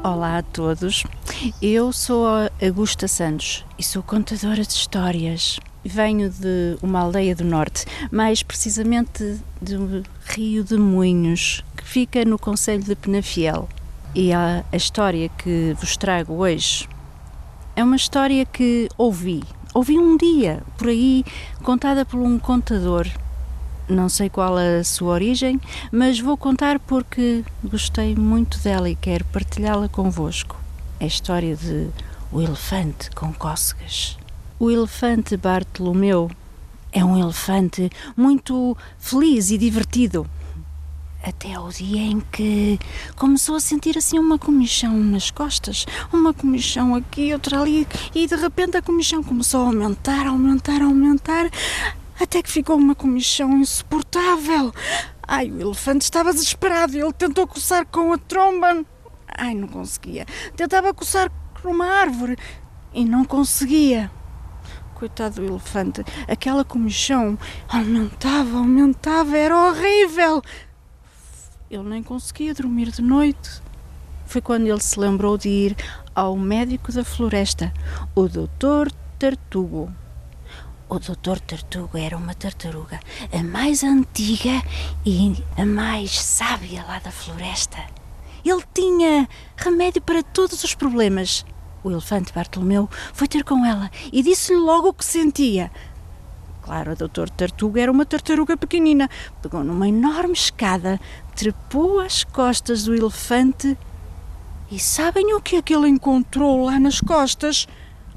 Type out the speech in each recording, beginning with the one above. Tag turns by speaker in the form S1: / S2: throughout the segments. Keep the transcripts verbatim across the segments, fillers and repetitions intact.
S1: Olá a todos, eu sou a Augusta Santos e sou contadora de histórias. Venho de uma aldeia do norte, mais precisamente de Rio de Moinhos, que fica no concelho de Penafiel. E a, a história que vos trago hoje é uma história que ouvi, ouvi um dia, por aí, contada por um contador. Não sei qual a sua origem, mas vou contar porque gostei muito dela e quero partilhá-la convosco. É a história de O Elefante com Cócegas. O elefante Bartolomeu é um elefante muito feliz e divertido. Até ao dia em que começou a sentir assim uma comichão nas costas, uma comichão aqui, outra ali, e de repente a comichão começou a aumentar, aumentar, aumentar, até que ficou uma comichão insuportável. Ai, o elefante estava desesperado e ele tentou coçar com a tromba. Ai, não conseguia. Tentava coçar com uma árvore e não conseguia. Coitado do elefante, aquela comichão aumentava, aumentava, era horrível. Ele nem conseguia dormir de noite. Foi quando ele se lembrou de ir ao médico da floresta, o doutor Tartugo. O doutor Tartugo era uma tartaruga, a mais antiga e a mais sábia lá da floresta. Ele tinha remédio para todos os problemas. O elefante Bartolomeu foi ter com ela e disse-lhe logo o que sentia. Claro, o doutor Tartugo era uma tartaruga pequenina. Pegou numa enorme escada, trepou às costas do elefante e sabem o que é que ele encontrou lá nas costas?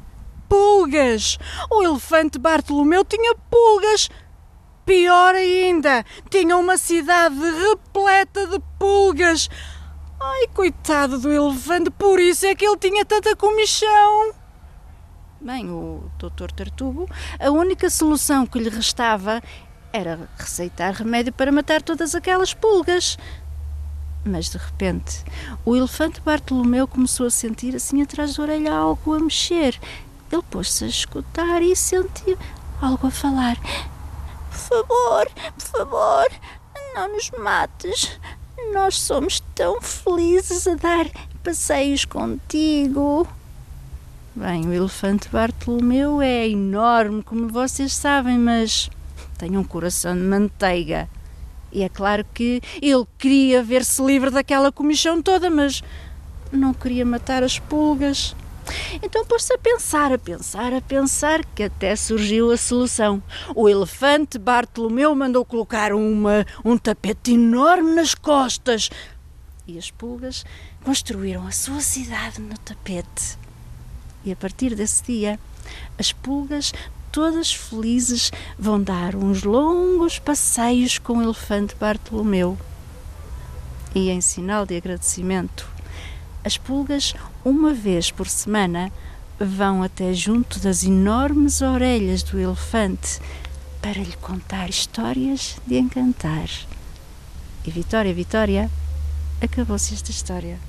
S1: Pulgas! O elefante Bartolomeu tinha pulgas! Pior ainda, tinha uma cidade repleta de pulgas! Ai, coitado do elefante, por isso é que ele tinha tanta comichão! Bem, o doutor Tartugo, a única solução que lhe restava era receitar remédio para matar todas aquelas pulgas. Mas, de repente, o elefante Bartolomeu começou a sentir assim atrás da orelha algo a mexer. Ele pôs-se a escutar e sentiu algo a falar. Por favor, por favor, não nos mates. Nós somos tão felizes a dar passeios contigo. Bem, o elefante Bartolomeu é enorme, como vocês sabem, mas tem um coração de manteiga. E é claro que ele queria ver-se livre daquela comichão toda, mas não queria matar as pulgas. Então pôs-se a pensar, a pensar, a pensar, que até surgiu a solução. O elefante Bartolomeu mandou colocar uma, um tapete enorme nas costas. E as pulgas construíram a sua cidade no tapete. E a partir desse dia, as pulgas, todas felizes, vão dar uns longos passeios com o elefante Bartolomeu. E em sinal de agradecimento, as pulgas, uma vez por semana, vão até junto das enormes orelhas do elefante para lhe contar histórias de encantar. E Vitória, Vitória, acabou-se esta história.